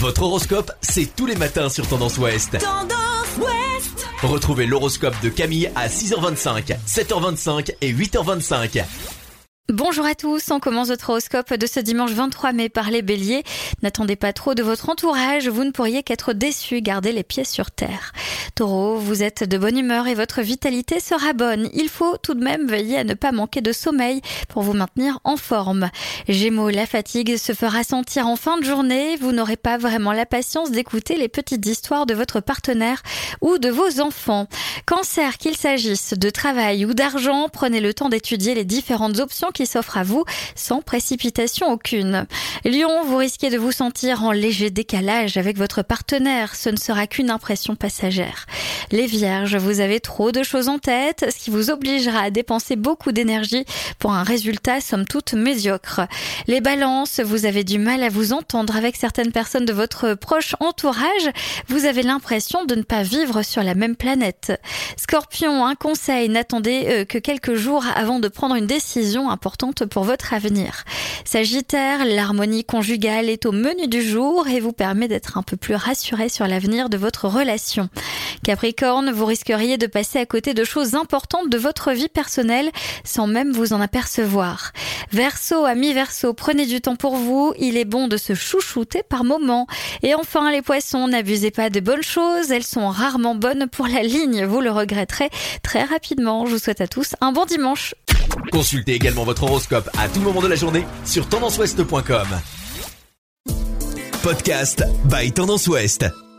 Votre horoscope, c'est tous les matins sur Tendance Ouest. Tendance Ouest. Retrouvez l'horoscope de Camille à 6h25, 7h25 et 8h25. Bonjour à tous, on commence votre horoscope de ce dimanche 23 mai par les béliers. N'attendez pas trop de votre entourage, vous ne pourriez qu'être déçus, gardez les pieds sur terre. Taureau, vous êtes de bonne humeur et votre vitalité sera bonne. Il faut tout de même veiller à ne pas manquer de sommeil pour vous maintenir en forme. Gémeaux, la fatigue se fera sentir en fin de journée. Vous n'aurez pas vraiment la patience d'écouter les petites histoires de votre partenaire ou de vos enfants. Cancer, qu'il s'agisse de travail ou d'argent, prenez le temps d'étudier les différentes options qui s'offrent à vous sans précipitation aucune. Lion, vous risquez de vous sentir en léger décalage avec votre partenaire. Ce ne sera qu'une impression passagère. Les Vierges, vous avez trop de choses en tête, ce qui vous obligera à dépenser beaucoup d'énergie pour un résultat somme toute médiocre. Les Balances, vous avez du mal à vous entendre avec certaines personnes de votre proche entourage. Vous avez l'impression de ne pas vivre sur la même planète. Scorpion, un conseil, n'attendez que quelques jours avant de prendre une décision importante pour votre avenir. Sagittaire, l'harmonie conjugale est au menu du jour et vous permet d'être un peu plus rassuré sur l'avenir de votre relation. Capricorne, vous risqueriez de passer à côté de choses importantes de votre vie personnelle sans même vous en apercevoir. Verseau, amis Verseau, prenez du temps pour vous, il est bon de se chouchouter par moments. Et enfin les Poissons, n'abusez pas de bonnes choses, elles sont rarement bonnes pour la ligne, vous le regretterez très rapidement. Je vous souhaite à tous un bon dimanche. Consultez également votre horoscope à tout moment de la journée sur tendanceouest.com. Podcast by Tendance Ouest.